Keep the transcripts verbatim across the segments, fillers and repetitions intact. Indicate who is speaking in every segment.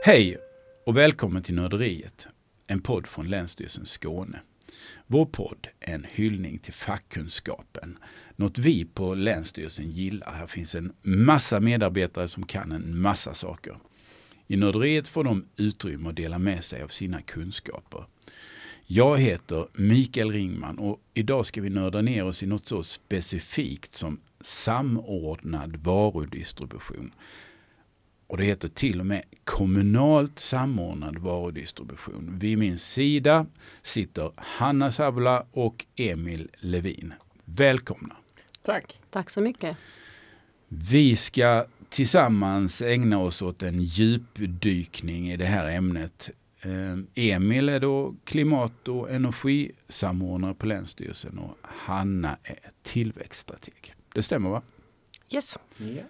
Speaker 1: Hej och välkommen till Nörderiet, en podd från Länsstyrelsen Skåne. Vår podd är en hyllning till fackkunskapen. Något vi på Länsstyrelsen gillar. Här finns en massa medarbetare som kan en massa saker. I Nörderiet får de utrymme att dela med sig av sina kunskaper. Jag heter Mikael Ringman och idag ska vi nörda ner oss i något så specifikt som samordnad varudistribution. Och det heter till och med kommunalt samordnad varudistribution. Vid min sida sitter Hanna Savola och Emil Levin. Välkomna.
Speaker 2: Tack.
Speaker 3: Tack så mycket.
Speaker 1: Vi ska tillsammans ägna oss åt en djupdykning i det här ämnet. Emil är då klimat- och energisamordnare på Länsstyrelsen och Hanna är tillväxtstrateg. Det stämmer, va?
Speaker 3: Yes.
Speaker 2: Yeah.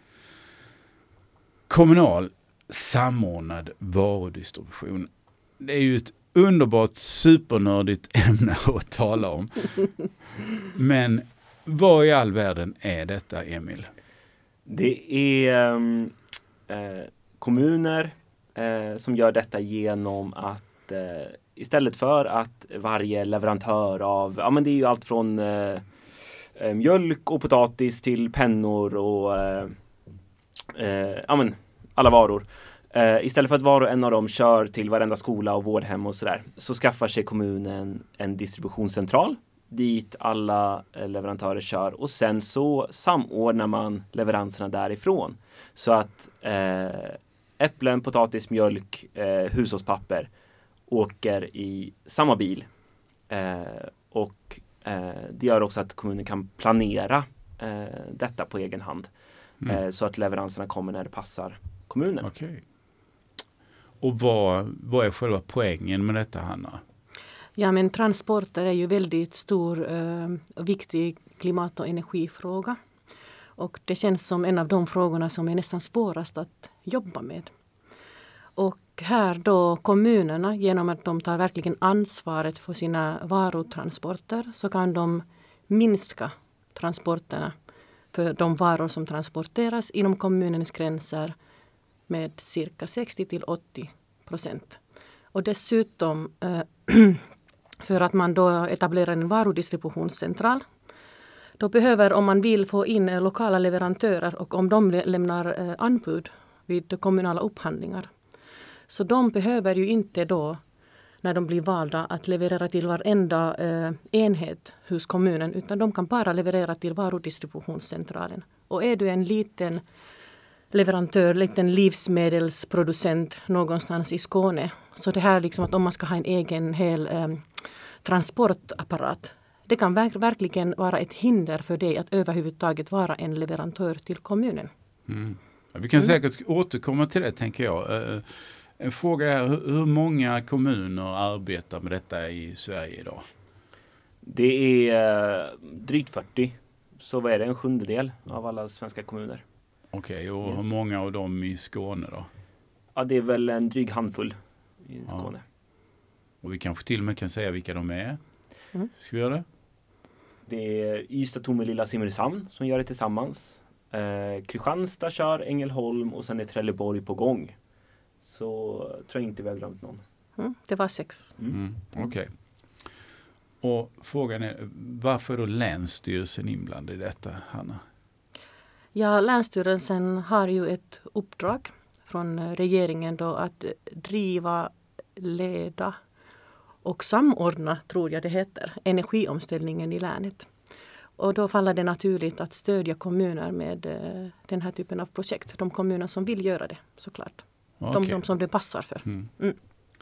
Speaker 1: Kommunal samordnad varudistribution. Det är ju ett underbart supernördigt ämne att tala om. Men vad i all världen är detta, Emil?
Speaker 2: Det är um, eh, kommuner eh, som gör detta genom att eh, istället för att varje leverantör av, ja men det är ju allt från eh, mjölk och potatis till pennor och eh, eh, ja men alla varor. Eh, istället för att var och en av dem kör till varenda skola och vårdhem och sådär, så skaffar sig kommunen en distributionscentral dit alla leverantörer kör och sen så samordnar man leveranserna därifrån. Så att eh, äpplen, potatis, mjölk, eh, hushållspapper åker i samma bil. Eh, och eh, det gör också att kommunen kan planera eh, detta på egen hand. Mm. Eh, så att leveranserna kommer när det passar kommunen.
Speaker 1: Okej. Okay. Och vad, vad är själva poängen med detta, Hanna?
Speaker 3: Ja, men transporter är ju väldigt stor och eh, viktig klimat- och energifråga. Och det känns som en av de frågorna som är nästan svårast att jobba med. Och här då kommunerna, genom att de tar verkligen ansvaret för sina varutransporter, så kan de minska transporterna för de varor som transporteras inom kommunens gränser med cirka sextio till åttio procent. Och dessutom eh, för att man då etablerar en varudistributionscentral, då behöver, om man vill få in eh, lokala leverantörer och om de le- lämnar eh, anbud vid kommunala upphandlingar, så de behöver ju inte då, när de blir valda, att leverera till varenda eh, enhet hos kommunen, utan de kan bara leverera till varudistributionscentralen. Och är du en liten leverantör, liten livsmedelsproducent någonstans i Skåne, så det här liksom att om man ska ha en egen hel eh, transportapparat, det kan verk- verkligen vara ett hinder för dig att överhuvudtaget vara en leverantör till kommunen.
Speaker 1: Mm. Ja, vi kan mm. säkert återkomma till det, tänker jag. Uh, en fråga är, hur, hur många kommuner arbetar med detta i Sverige idag?
Speaker 2: Det är uh, drygt fyrtio. Så vad är det, en sjundedel av alla svenska kommuner.
Speaker 1: Okej, okay, och
Speaker 2: yes.
Speaker 1: hur många av dem i Skåne då?
Speaker 2: Ja, det är väl en dryg handfull i Skåne.
Speaker 1: Ja. Och vi kanske till och med kan säga vilka de är. Mm. Ska vi göra det? Det
Speaker 2: är Ystad, Tomelilla, Simrishamn som gör det tillsammans. Eh, Kristianstad kör, Ängelholm och sen är Trelleborg på gång. Så tror jag inte vi har glömt någon.
Speaker 3: Mm, det var sex.
Speaker 1: Mm. Mm, Okej. Okay. Och frågan är, varför är då Länsstyrelsen inblandad i detta, Hanna?
Speaker 3: Ja, Länsstyrelsen har ju ett uppdrag från regeringen då att driva, leda och samordna, tror jag det heter, energiomställningen i länet. Och då faller det naturligt att stödja kommuner med eh, den här typen av projekt. De kommuner som vill göra det, såklart. Okay. De, de som det passar för. Mm. Mm.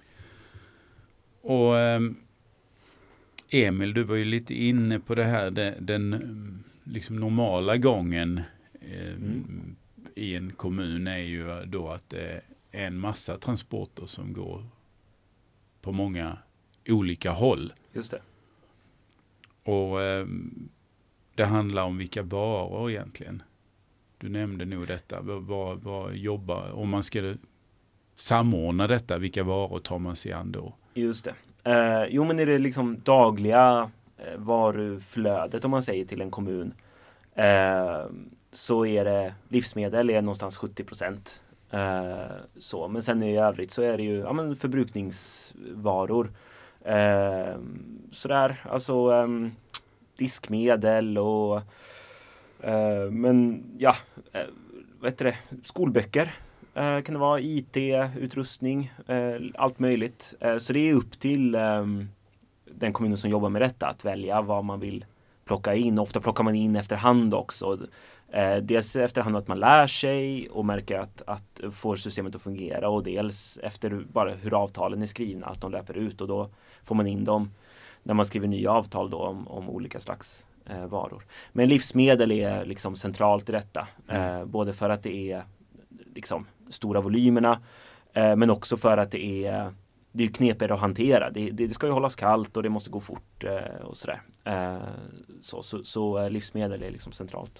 Speaker 1: Och ähm, Emil, du var ju lite inne på det här, den, den liksom normala gången eh, mm. i en kommun är ju då att det är en massa transporter som går på många olika håll.
Speaker 2: Just det.
Speaker 1: Och eh, det handlar om vilka varor egentligen. Du nämnde nog detta. Vad, vad jobbar, om man ska samordna detta, vilka varor tar man sig an då?
Speaker 2: Just det. Eh, jo, men är det liksom dagliga eh, varuflödet, om man säger, till en kommun, eh, så är det livsmedel är någonstans sjuttio procent Eh, så. Men sen i övrigt så är det ju ja, men förbrukningsvaror. Eh, sådär, alltså eh, diskmedel och eh, men ja, eh, vad heter det? Skolböcker eh, kan det vara, I T-utrustning, eh, allt möjligt. Eh, så det är upp till eh, den kommunen som jobbar med detta att välja vad man vill plocka in. Ofta plockar man in efterhand också. Eh, dels efterhand att man lär sig och märker att, att får systemet att fungera, och dels efter bara hur avtalen är skrivna, att de löper ut, och då får man in dem när man skriver nya avtal då om, om olika slags eh, varor. Men livsmedel är liksom centralt i detta. Eh, både för att det är liksom stora volymerna, eh, men också för att det är det är knepigare att hantera. Det, det, det ska ju hållas kallt och det måste gå fort eh, och sådär. Eh, så så, så eh, livsmedel är liksom centralt.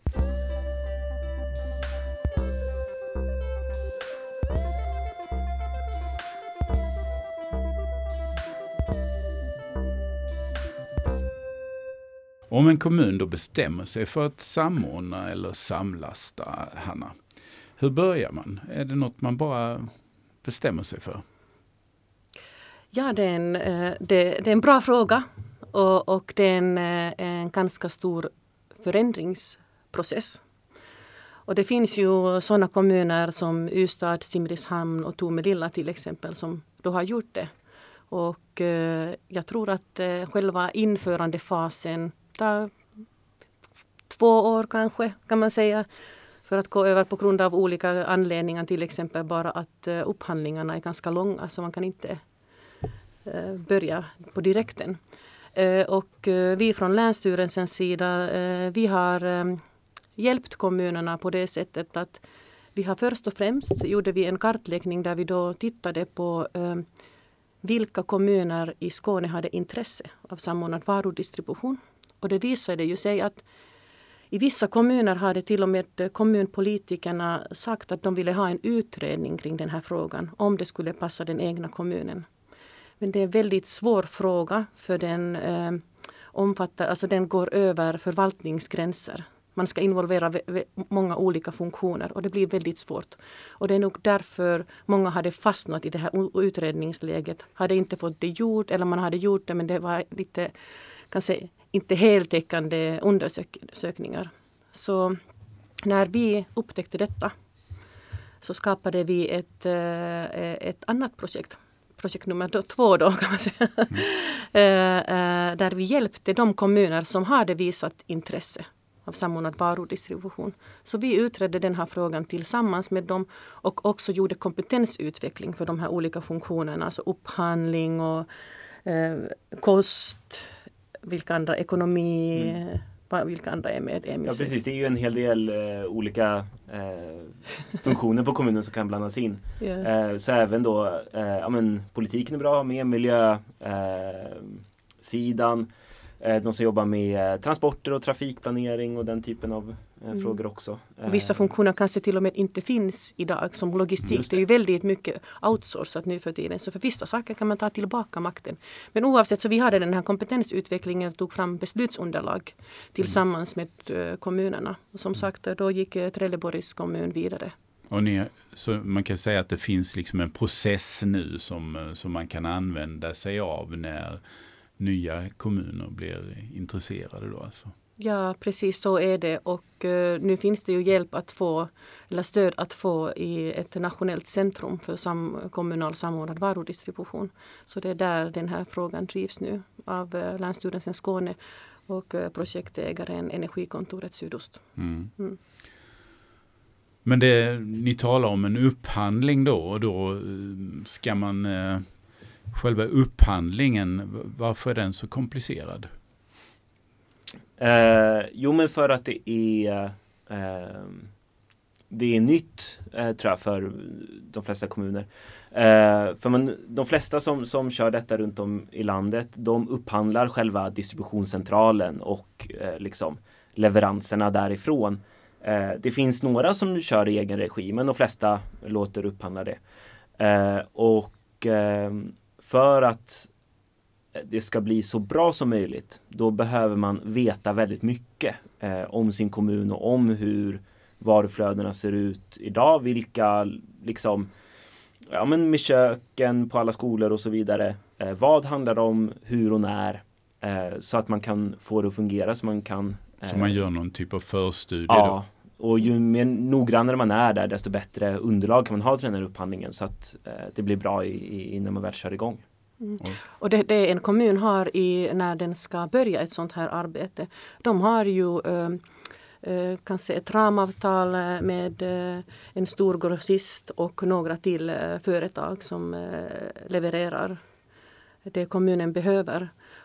Speaker 1: Om en kommun då bestämmer sig för att samordna eller samlasta, Hanna, hur börjar man? Är det något man bara bestämmer sig för?
Speaker 3: Ja, det är en, det, det är en bra fråga, och, och det är en, en ganska stor förändringsprocess. Och det finns ju sådana kommuner som Ystad, Simrishamn och Tomelilla till exempel som då har gjort det. Och eh, jag tror att eh, själva införandefasen tar två år kanske, kan man säga, för att gå över på grund av olika anledningar, till exempel bara att eh, upphandlingarna är ganska långa, så man kan inte eh, börja på direkten. Eh, och eh, vi från Länsstyrelsens sida, eh, vi har eh, hjälpt kommunerna på det sättet att vi har först och främst gjorde vi en kartläggning där vi då tittade på eh, vilka kommuner i Skåne hade intresse av samordnad varudistribution. Och det visade ju sig att i vissa kommuner hade till och med kommunpolitikerna sagt att de ville ha en utredning kring den här frågan, om det skulle passa den egna kommunen. Men det är en väldigt svår fråga, för den eh, omfattar, alltså den går över förvaltningsgränser. Man ska involvera många olika funktioner, och det blir väldigt svårt. Och det är nog därför många hade fastnat i det här utredningsläget. Hade inte fått det gjort, eller man hade gjort det men det var lite, kanske inte heltäckande undersökningar. Så när vi upptäckte detta så skapade vi ett, ett annat projekt. Projekt nummer två då kan man säga. Mm. Där vi hjälpte de kommuner som hade visat intresse av samordnad varudistribution. Så vi utredde den här frågan tillsammans med dem och också gjorde kompetensutveckling för de här olika funktionerna. Alltså upphandling och eh, kost, vilka andra ekonomi, mm. vilka andra är med. Är
Speaker 2: ja precis, det är ju en hel del eh, olika eh, funktioner på kommunen som kan blandas in. Yeah. Eh, så även då, eh, ja men politiken är bra med, miljösidan. Eh, De som jobbar med transporter och trafikplanering och den typen av mm. frågor också.
Speaker 3: Vissa funktioner kanske till och med inte finns idag, som logistik. Det. det är ju väldigt mycket outsourcat nu för tiden. Så för vissa saker kan man ta tillbaka makten. Men oavsett, så vi hade den här kompetensutvecklingen och tog fram beslutsunderlag tillsammans med uh, kommunerna. Och som sagt, då gick uh, Trelleborgs kommun vidare.
Speaker 1: Och ni, så man kan säga att det finns liksom en process nu som, som man kan använda sig av när nya kommuner blir intresserade då alltså.
Speaker 3: Ja, precis så är det, och uh, nu finns det ju hjälp att få, eller stöd att få i ett nationellt centrum för sam, kommunal samordnad varudistribution. Så det är där den här frågan drivs nu av uh, Länsstyrelsen Skåne och uh, projektägaren Energikontoret Sydost. Mm. Mm.
Speaker 1: Men det, ni talar om en upphandling då, och då ska man uh, själva upphandlingen, varför är den så komplicerad?
Speaker 2: Eh, jo, men för att det är eh, det är nytt eh, tror jag för de flesta kommuner. Eh, för man, de flesta som, som kör detta runt om i landet, de upphandlar själva distributionscentralen och eh, liksom leveranserna därifrån. Eh, det finns några som kör i egen regi, men de flesta låter upphandla det. Eh, och eh, för att det ska bli så bra som möjligt, då behöver man veta väldigt mycket eh, om sin kommun och om hur varuflödena ser ut idag, vilka liksom, ja men med köken på alla skolor och så vidare. Eh, vad handlar det om, hur och när, eh, så att man kan få det att fungera, så man kan... Eh,
Speaker 1: så man gör någon typ av förstudie
Speaker 2: ja,
Speaker 1: då?
Speaker 2: Och ju mer noggrannare man är där, desto bättre underlag kan man ha till den här upphandlingen, så att eh, det blir bra i, i, när man väl kör igång.
Speaker 3: Mm. Och det, det en kommun har i, när den ska börja ett sånt här arbete, de har ju eh, eh, kanske ett ramavtal med eh, en stor grossist och några till eh, företag som eh, levererar det kommunen behöver.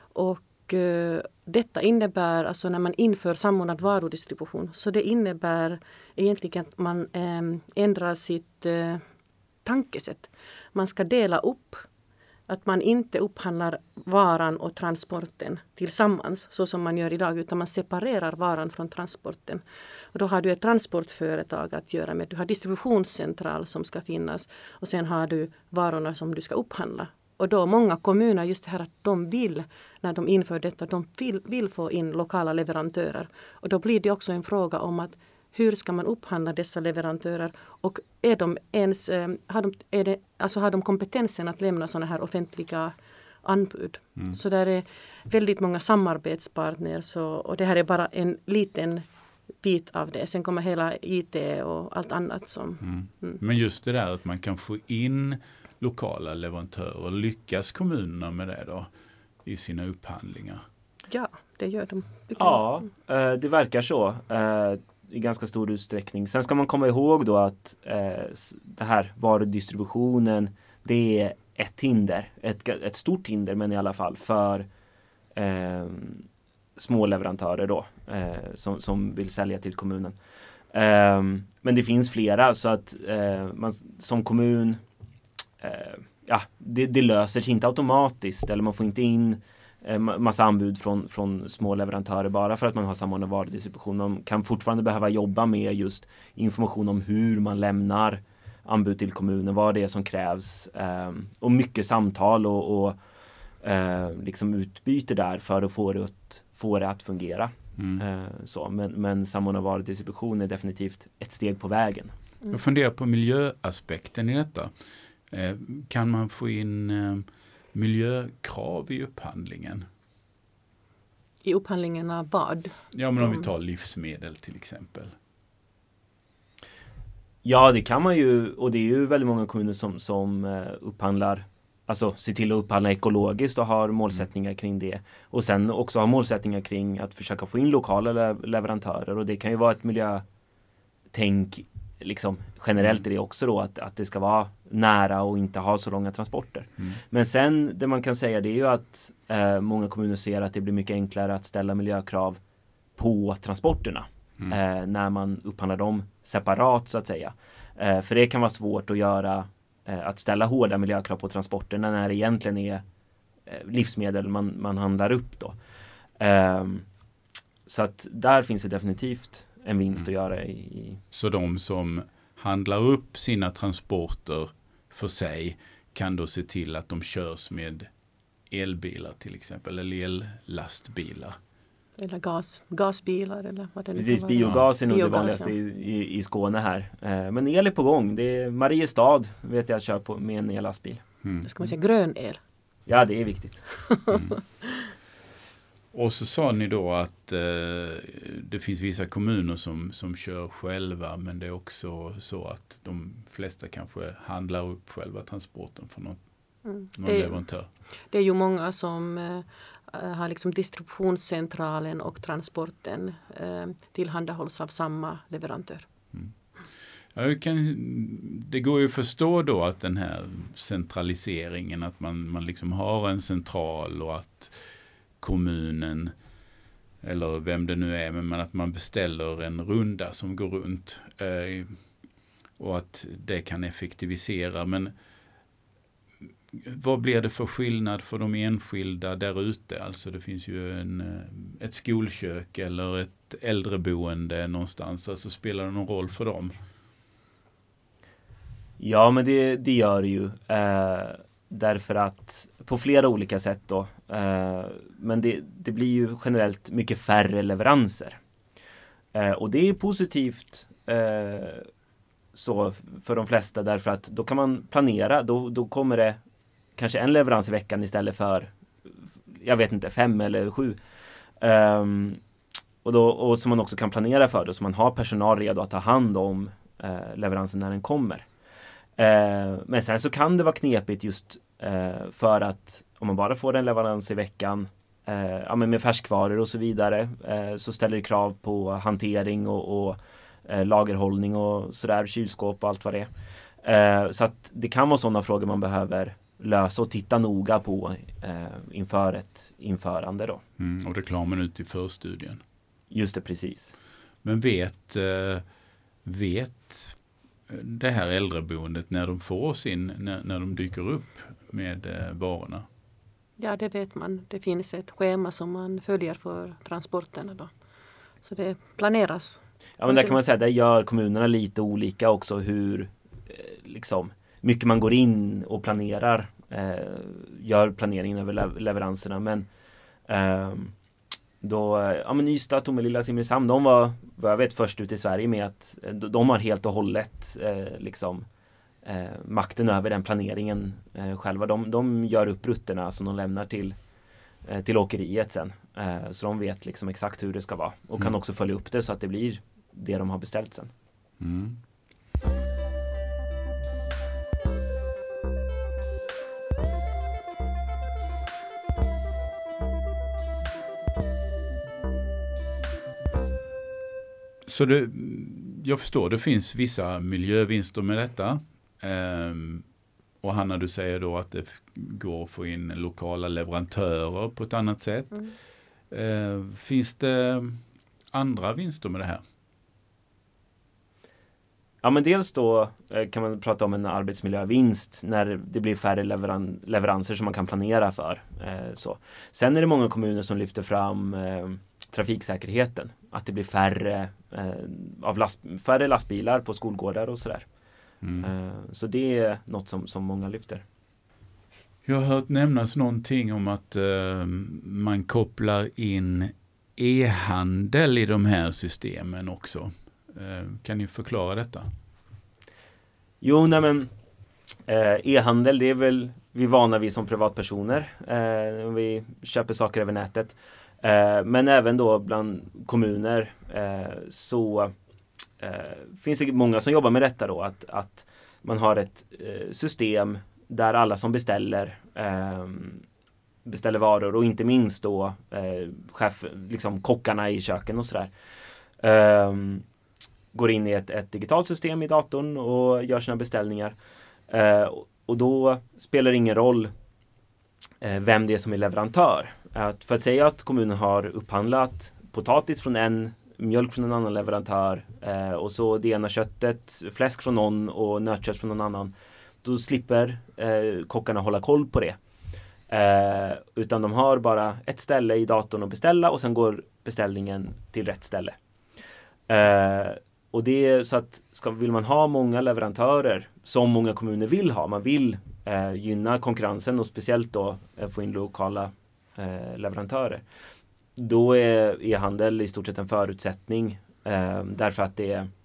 Speaker 3: Och eh, detta innebär, alltså när man inför samordnad varudistribution, så det innebär egentligen att man eh, ändrar sitt eh, tankesätt. Man ska dela upp, att man inte upphandlar varan och transporten tillsammans så som man gör idag, utan man separerar varan från transporten. Och då har du ett transportföretag att göra med, du har distributionscentral som ska finnas och sen har du varorna som du ska upphandla. Och då många kommuner, just det här att de vill, när de inför detta, de vill, vill få in lokala leverantörer. Och då blir det också en fråga om att hur ska man upphandla dessa leverantörer och är de ens, har de, är det, alltså har de kompetensen att lämna sådana här offentliga anbud? Mm. Så där är väldigt många samarbetspartner, så, och det här är bara en liten bit av det. Sen kommer hela I T och allt annat som...
Speaker 1: Mm. Mm. Men just det där att man kan få in lokala leverantörer, lyckas kommunerna med det då i sina upphandlingar?
Speaker 3: Ja, det gör de.
Speaker 2: Ja, det verkar så. I ganska stor utsträckning. Sen ska man komma ihåg då att eh, det här varudistributionen, det är ett hinder. Ett, ett stort hinder, men i alla fall för eh, små leverantörer då, eh, som, som vill sälja till kommunen. Eh, men det finns flera, så att eh, man som kommun, eh, ja, det, det löser sig inte automatiskt, eller man får inte in massa anbud från, från små leverantörer bara för att man har samordnad varudistribution. Man kan fortfarande behöva jobba med just information om hur man lämnar anbud till kommunen, vad det är som krävs, eh, och mycket samtal och, och eh, liksom utbyte där för att få det att, få det att fungera. Mm. Eh, så. Men, men samordnad varudistribution är definitivt ett steg på vägen.
Speaker 1: Mm. Jag funderar på miljöaspekten i detta. Eh, kan man få in eh, miljökrav i upphandlingen?
Speaker 3: I upphandlingen av vad?
Speaker 1: Ja, men om vi tar livsmedel till exempel.
Speaker 2: Ja, det kan man ju, och det är ju väldigt många kommuner som, som uh, upphandlar, alltså ser till att upphandla ekologiskt och har målsättningar kring det. Och sen också har målsättningar kring att försöka få in lokala le- leverantörer, och det kan ju vara ett miljötänk liksom generellt är det också då att, att det ska vara nära och inte ha så långa transporter. Mm. Men sen det man kan säga, det är ju att eh, många kommuner ser att det blir mycket enklare att ställa miljökrav på transporterna. Mm. Eh, när man upphandlar dem separat så att säga. Eh, för det kan vara svårt att göra eh, att ställa hårda miljökrav på transporterna när det egentligen är eh, livsmedel man, man handlar upp då. Eh, så att där finns det definitivt en vinst mm. att göra i...
Speaker 1: Så de som handlar upp sina transporter för sig kan då se till att de körs med elbilar till exempel, eller ellastbilar.
Speaker 3: Eller gas, gasbilar eller vad det är.
Speaker 2: Precis, biogas är nog det vanligaste i, i, i Skåne här. Eh, men el är på gång. Det är Mariestad vet jag kör på med en ellastbil.
Speaker 3: Mm. Då ska man säga grön el.
Speaker 2: Ja, det är viktigt.
Speaker 1: Mm. Och så sa ni då att eh, det finns vissa kommuner som, som kör själva, men det är också så att de flesta kanske handlar upp själva transporten för någon, mm. någon det är, leverantör.
Speaker 3: Det är ju många som eh, har liksom distributionscentralen och transporten eh, tillhandahålls av samma leverantör.
Speaker 1: Mm. Ja, kan, det går ju att förstå då att den här centraliseringen, att man, man liksom har en central och att kommunen eller vem det nu är, men att man beställer en runda som går runt eh, och att det kan effektivisera. Men vad blir det för skillnad för de enskilda där ute? Alltså det finns ju en, ett skolkök eller ett äldreboende någonstans. Alltså spelar det någon roll för dem?
Speaker 2: Ja, men det, det gör det ju. Eh, därför att på flera olika sätt då. Eh, men det, det blir ju generellt mycket färre leveranser. Eh, och det är positivt eh, så för de flesta, därför att då kan man planera. Då, då kommer det kanske en leverans i veckan istället för, jag vet inte, fem eller sju. Um, och, då, och som man också kan planera för det, så man har personal redo att ta hand om eh, leveransen när den kommer. Eh, men sen så kan det vara knepigt just eh, för att om man bara får en leverans i veckan eh, ja, men med färskvaror och så vidare, eh, så ställer det krav på hantering och, och eh, lagerhållning och sådär, kylskåp och allt vad det är. Eh, så att det kan vara sådana frågor man behöver lösa och titta noga på eh, inför ett införande då.
Speaker 1: Mm, och reklamen ut i förstudien.
Speaker 2: Just det, precis.
Speaker 1: Men vet, eh, vet det här äldreboendet när de får sin, när, när de dyker upp med eh, varorna?
Speaker 3: Ja, det vet man. Det finns ett schema som man följer för transporterna då. Så det planeras.
Speaker 2: Ja, men där kan man säga, där gör kommunerna lite olika också hur eh, liksom mycket man går in och planerar, eh, gör planeringen över le- leveranserna. Men eh, då, ja men Ystad, Tomelilla, Simrishamn, de var, vad jag vet, först ut i Sverige med att de har helt och hållet eh, liksom eh, makten över den planeringen eh, själva. De, de gör upp rutterna som de lämnar till, eh, till åkeriet sen. Eh, så de vet liksom exakt hur det ska vara och kan
Speaker 1: Mm.
Speaker 2: också följa upp det så att det blir det de har beställt sen.
Speaker 1: Mm. Så det, jag förstår, det finns vissa miljövinster med detta. Ehm, och Hanna, du säger då att det går att få in lokala leverantörer på ett annat sätt.
Speaker 3: Mm.
Speaker 1: Ehm, finns det andra vinster med det här?
Speaker 2: Ja, men dels då eh, kan man prata om en arbetsmiljövinst när det blir färre leveran- leveranser som man kan planera för. Eh, så. Sen är det många kommuner som lyfter fram eh, trafiksäkerheten. Att det blir färre, eh, av last- färre lastbilar på skolgårdar och sådär.
Speaker 1: Mm.
Speaker 2: Eh, så det är något som, som många lyfter.
Speaker 1: Jag har hört nämnas någonting om att eh, man kopplar in e-handel i de här systemen också. Eh, kan ni förklara detta?
Speaker 2: Jo, nej men eh, e-handel, det är väl vi vana vid som privatpersoner. Eh, vi köper saker över nätet. Eh, men även då bland kommuner eh, så eh, finns det många som jobbar med detta då. Att, att man har ett eh, system där alla som beställer eh, beställer varor och inte minst då eh, chef, liksom kockarna i köken och sådär. Eh, går in i ett, ett digitalt system i datorn och gör sina beställningar. Eh, och då spelar det ingen roll eh, vem det är som är leverantör. Att för att säga att kommunen har upphandlat potatis från en, mjölk från en annan leverantör eh, och så det ena köttet, fläsk från någon och nötkött från någon annan. Då slipper eh, kockarna hålla koll på det. Eh, utan de har bara ett ställe i datorn att beställa och sen går beställningen till rätt ställe. Eh, och det är så att ska, vill man ha många leverantörer som många kommuner vill ha, man vill eh, gynna konkurrensen och speciellt då eh, få in lokala eh, leverantörer. Då är e-handel i stort sett en förutsättning eh, därför att det är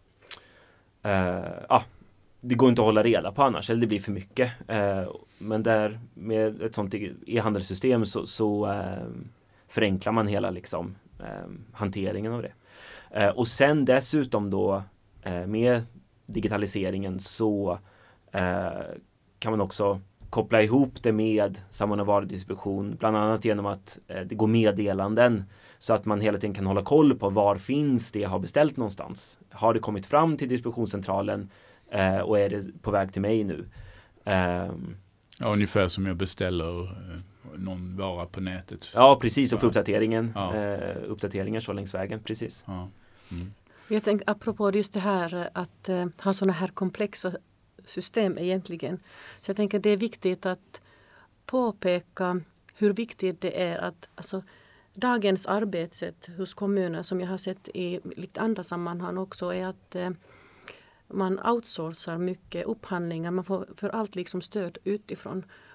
Speaker 2: eh, ah, det går inte att hålla reda på annars eller det blir för mycket. Eh, men där med ett sånt e-handelssystem så, så eh, förenklar man hela liksom eh, hanteringen av det. Eh, och sen dessutom då eh, med digitaliseringen så eh, kan man också koppla ihop det med samordnad varudistribution, bland annat genom att eh, det går meddelanden så att man hela tiden kan hålla koll på var finns det jag har beställt någonstans. Har det kommit fram till distributionscentralen eh, och är det på väg till mig nu? Eh,
Speaker 1: Ja, ungefär som jag beställer eh, någon vara på nätet.
Speaker 2: ja, precis. Och för uppdateringen,
Speaker 1: Ja.
Speaker 2: eh, uppdateringar så längs vägen, precis.
Speaker 1: Ja. Mm.
Speaker 3: Jag tänkte apropå just det här att eh, ha sådana här komplexa system egentligen. Så jag tänker det är viktigt att påpeka hur viktigt det är att alltså, dagens arbetssätt hos kommuner som jag har sett i lite andra sammanhang också är att eh, man outsourcar mycket upphandlingar. Man får för allt liksom stöd utifrån.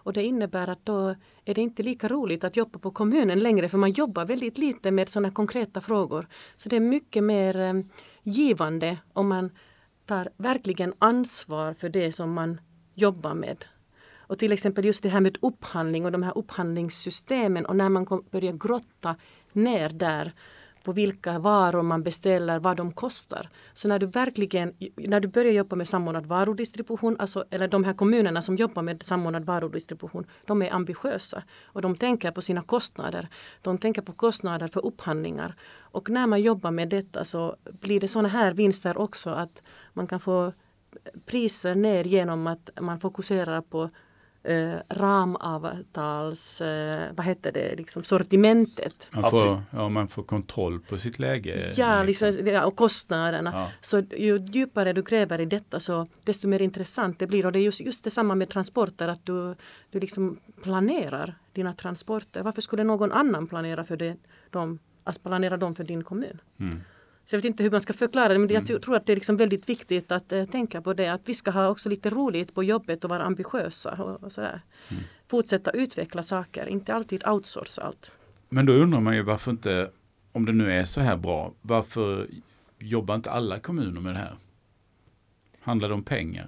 Speaker 3: Och det innebär att då är det inte lika roligt att jobba på kommunen längre, för man jobbar väldigt lite med sådana konkreta frågor. Så det är mycket mer eh, givande om man tar verkligen ansvar för det som man jobbar med. Och till exempel just det här med upphandling och de här upphandlingssystemen, och när man kom, börjar grotta ner där på vilka varor man beställer, vad de kostar. Så när du verkligen, när du börjar jobba med samordnad varudistribution, alltså, eller de här kommunerna som jobbar med samordnad varudistribution, de är ambitiösa och de tänker på sina kostnader. De tänker på kostnader för upphandlingar. Och när man jobbar med detta så blir det sådana här vinster också, att man kan få priser ner genom att man fokuserar på Eh, ramavtals, eh, vad heter det, liksom sortimentet.
Speaker 1: Man får, ja, man får kontroll på sitt läge.
Speaker 3: Ja, liksom, ja, och kostnaderna. Ja. Så ju djupare du gräver i detta, så desto mer intressant det blir. Och det är just, just detsamma med transporter, att du, du liksom planerar dina transporter. Varför skulle någon annan planera för det, de, att planera dem för din kommun? Mm. Så jag vet inte hur man ska förklara det, men mm. jag tror att det är liksom väldigt viktigt att uh, tänka på det. Att vi ska ha också lite roligt på jobbet och vara ambitiösa och, och sådär. Mm. Fortsätta utveckla saker, inte alltid outsourca allt.
Speaker 1: Men då undrar man ju varför inte, om det nu är så här bra, varför jobbar inte alla kommuner med det här? Handlar det om pengar?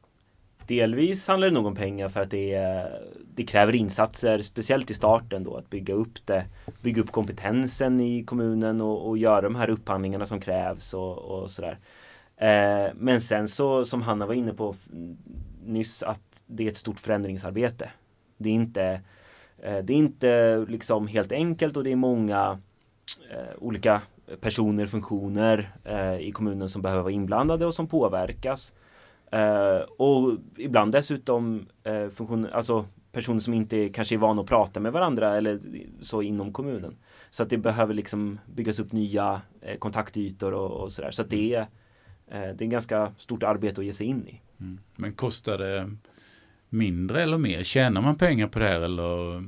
Speaker 2: Delvis handlar det nog om pengar för att det, det kräver insatser, speciellt i starten då, att bygga upp det, bygga upp kompetensen i kommunen och, och göra de här upphandlingarna som krävs och, och sådär. Eh, men sen så, som Hanna var inne på nyss, att det är ett stort förändringsarbete. Det är inte, eh, det är inte liksom helt enkelt, och det är många eh, olika personer, funktioner eh, i kommunen som behöver vara inblandade och som påverkas. Uh, och ibland dessutom uh, funktioner, alltså personer som inte kanske är vana att prata med varandra eller så inom kommunen. Så att det behöver liksom byggas upp nya uh, kontaktytor och, och sådär. Så att det är, uh, det är en ganska stort arbete att ge sig in i.
Speaker 1: Mm. Men kostar det mindre eller mer? Tjänar man pengar på det här, eller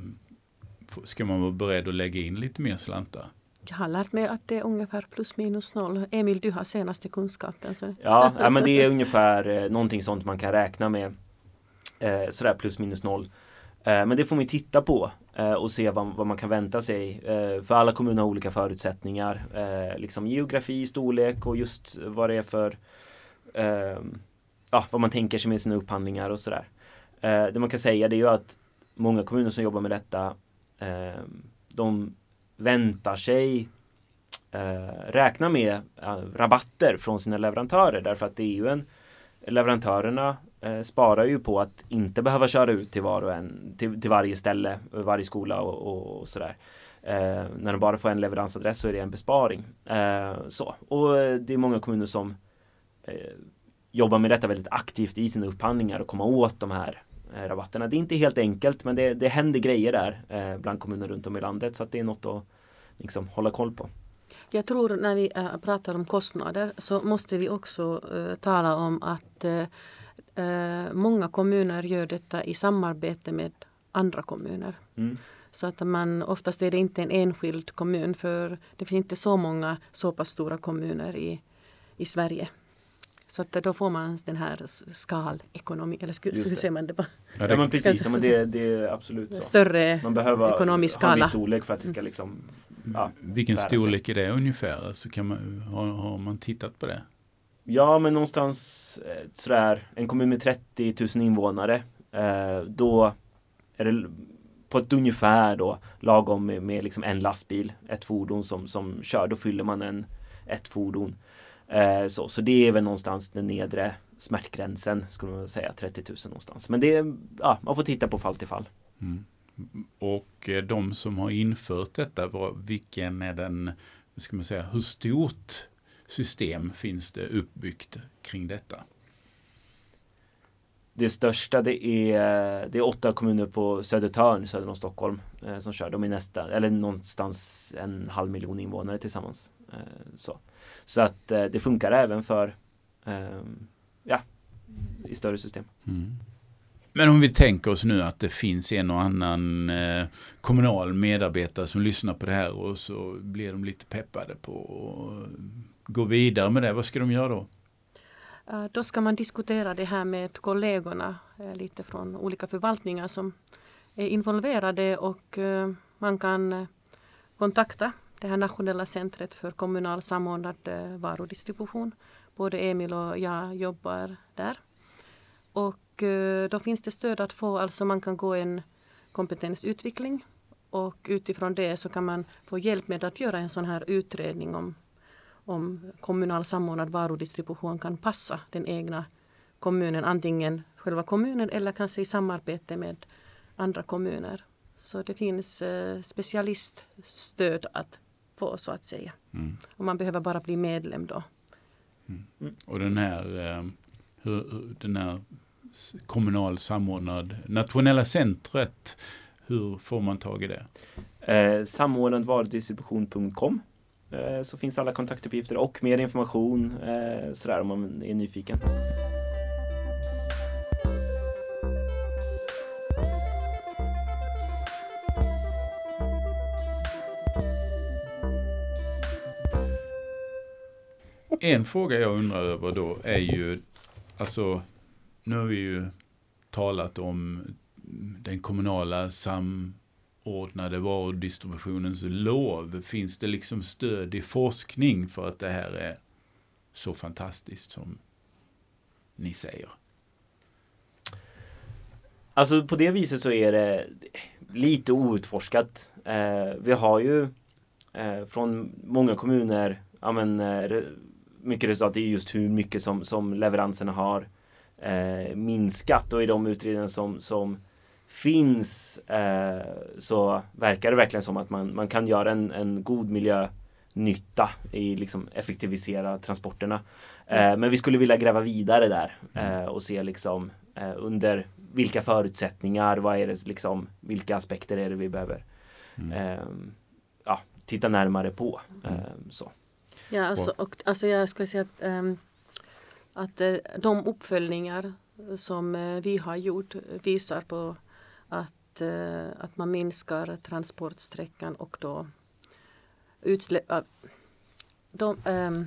Speaker 1: ska man vara beredd att lägga in lite mer slantar?
Speaker 3: Jag har lärt mig att det är ungefär plus minus noll. Emil, du har senaste kunskapen. Så.
Speaker 2: Ja, ja, men det är ungefär eh, någonting sånt man kan räkna med. Eh, sådär plus minus noll. Eh, men det får man titta på eh, och se vad, vad man kan vänta sig. Eh, för alla kommuner har olika förutsättningar. Eh, liksom geografi, storlek och just vad det är för eh, ja, vad man tänker sig med sina upphandlingar och sådär. Eh, det man kan säga, det är ju att många kommuner som jobbar med detta, eh, de väntar sig eh, räkna med eh, rabatter från sina leverantörer, därför att det är ju en leverantörerna eh, sparar ju på att inte behöva köra ut till var och en till, till varje ställe, varje skola och, och, och sådär. Eh, när de bara får en leveransadress så är det en besparing. Eh, så. Och det är många kommuner som eh, jobbar med detta väldigt aktivt i sina upphandlingar och komma åt de här rabatterna. Det är inte helt enkelt, men det, det händer grejer där eh, bland kommuner runt om i landet, så att det är något att liksom hålla koll på.
Speaker 3: Jag tror när vi äh, pratar om kostnader så måste vi också äh, tala om att äh, många kommuner gör detta i samarbete med andra kommuner. Mm. Så att man, oftast är det inte en enskild kommun, för det finns inte så många så pass stora kommuner i, i Sverige. Så att då får man den här skalekonomi, eller sku, hur säger man det bara?
Speaker 2: Ja, det, men precis, men det, det är absolut så.
Speaker 3: Större
Speaker 2: man behöver
Speaker 3: ekonomisk skala.
Speaker 2: Ha en viss storlek för att det ska liksom... Ja,
Speaker 1: vilken storlek är det ungefär? Så kan man, har, har man tittat på det?
Speaker 2: Ja, men någonstans sådär, en kommun med trettio tusen invånare, eh, då är det på ett ungefär då lagom med, med liksom en lastbil, ett fordon som, som kör, då fyller man en, ett fordon. Eh, så, så det är väl någonstans den nedre smärtgränsen, skulle man säga, trettio tusen någonstans. Men det är, ja, man får titta på fall till fall.
Speaker 1: Mm. Och de som har infört detta, vilken är den, ska man säga, hur stort system finns det uppbyggt kring detta?
Speaker 2: Det största, det är, det är åtta kommuner på Södertörn, söder om Stockholm, eh, som kör. De är nästan, eller någonstans en halv miljon invånare tillsammans. Eh, så. så att eh, det funkar även för eh, ja, i större system.
Speaker 1: Mm. Men om vi tänker oss nu att det finns en och annan eh, kommunal medarbetare som lyssnar på det här, och så blir de lite peppade på att gå vidare med det. Vad ska de göra då?
Speaker 3: Uh, då ska man diskutera det här med kollegorna uh, lite från olika förvaltningar som är involverade och uh, man kan uh, kontakta det här nationella centret för kommunal samordnad uh, varudistribution. Både Emil och jag jobbar där. Och uh, då finns det stöd att få, alltså man kan gå en kompetensutveckling och utifrån det så kan man få hjälp med att göra en sån här utredning om, om kommunal samordnad varudistribution kan passa den egna kommunen, antingen själva kommunen eller kanske i samarbete med andra kommuner. Så det finns uh, specialiststöd att få så att säga. Mm. Och man behöver bara bli medlem då.
Speaker 1: Mm. Mm. Och den här, eh, hur, den här kommunal samordnad nationella centret, hur får man tag i det?
Speaker 2: Eh, samordnad varudistribution punkt com eh, så finns alla kontaktuppgifter och mer information eh, sådär om man är nyfiken.
Speaker 1: En fråga jag undrar över då är ju, alltså nu har vi ju talat om den kommunala samordnade varudistributionens lov. Finns det liksom stöd i forskning för att det här är så fantastiskt som ni säger?
Speaker 2: Alltså på det viset så är det lite outforskat. Eh, vi har ju eh, från många kommuner, ja men eh, mycket resultat är just hur mycket som, som leveranserna har eh, minskat, och i de utredningar som, som finns eh, så verkar det verkligen som att man, man kan göra en, en god miljönytta i liksom effektivisera transporterna. Eh, men vi skulle vilja gräva vidare där eh, och se liksom eh, under vilka förutsättningar, vad är det liksom, vilka aspekter är det vi behöver mm. eh, ja, titta närmare på. Eh, så.
Speaker 3: Ja, alltså, och, alltså jag skulle säga att, um, att uh, de uppföljningar som uh, vi har gjort visar på att, uh, att man minskar transportsträckan och då utsläpp. Uh, de, um,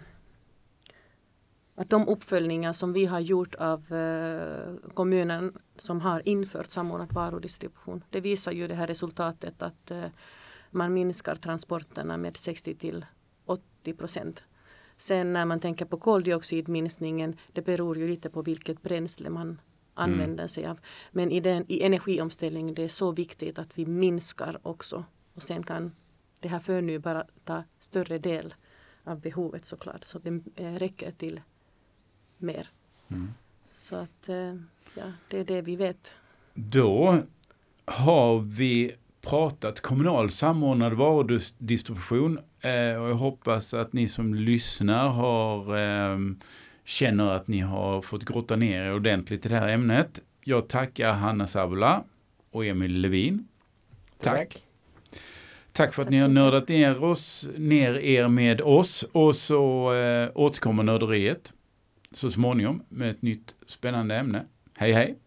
Speaker 3: att de uppföljningar som vi har gjort av uh, kommunen som har infört samordnad varudistribution, det visar ju det här resultatet att uh, man minskar transporterna med sextio till åttio procent. Sen när man tänker på koldioxidminskningen, det beror ju lite på vilket bränsle man använder mm. sig av. Men i, den, i energiomställningen det är så viktigt att vi minskar också. Och sen kan det här förnybara ta större del av behovet såklart. Så det äh, räcker till mer. Mm. Så att äh, ja, det är det vi vet.
Speaker 1: Då har vi pratat kommunal samordnad varudistribution eh, och jag hoppas att ni som lyssnar har eh, känner att ni har fått grotta ner er ordentligt i det här ämnet. Jag tackar Hanna Savola och Emil Levin. Tack. Tack, Tack för att Tack ni har nördat ner, oss, ner er med oss, och så eh, återkommer nörderiet så småningom med ett nytt spännande ämne. Hej hej!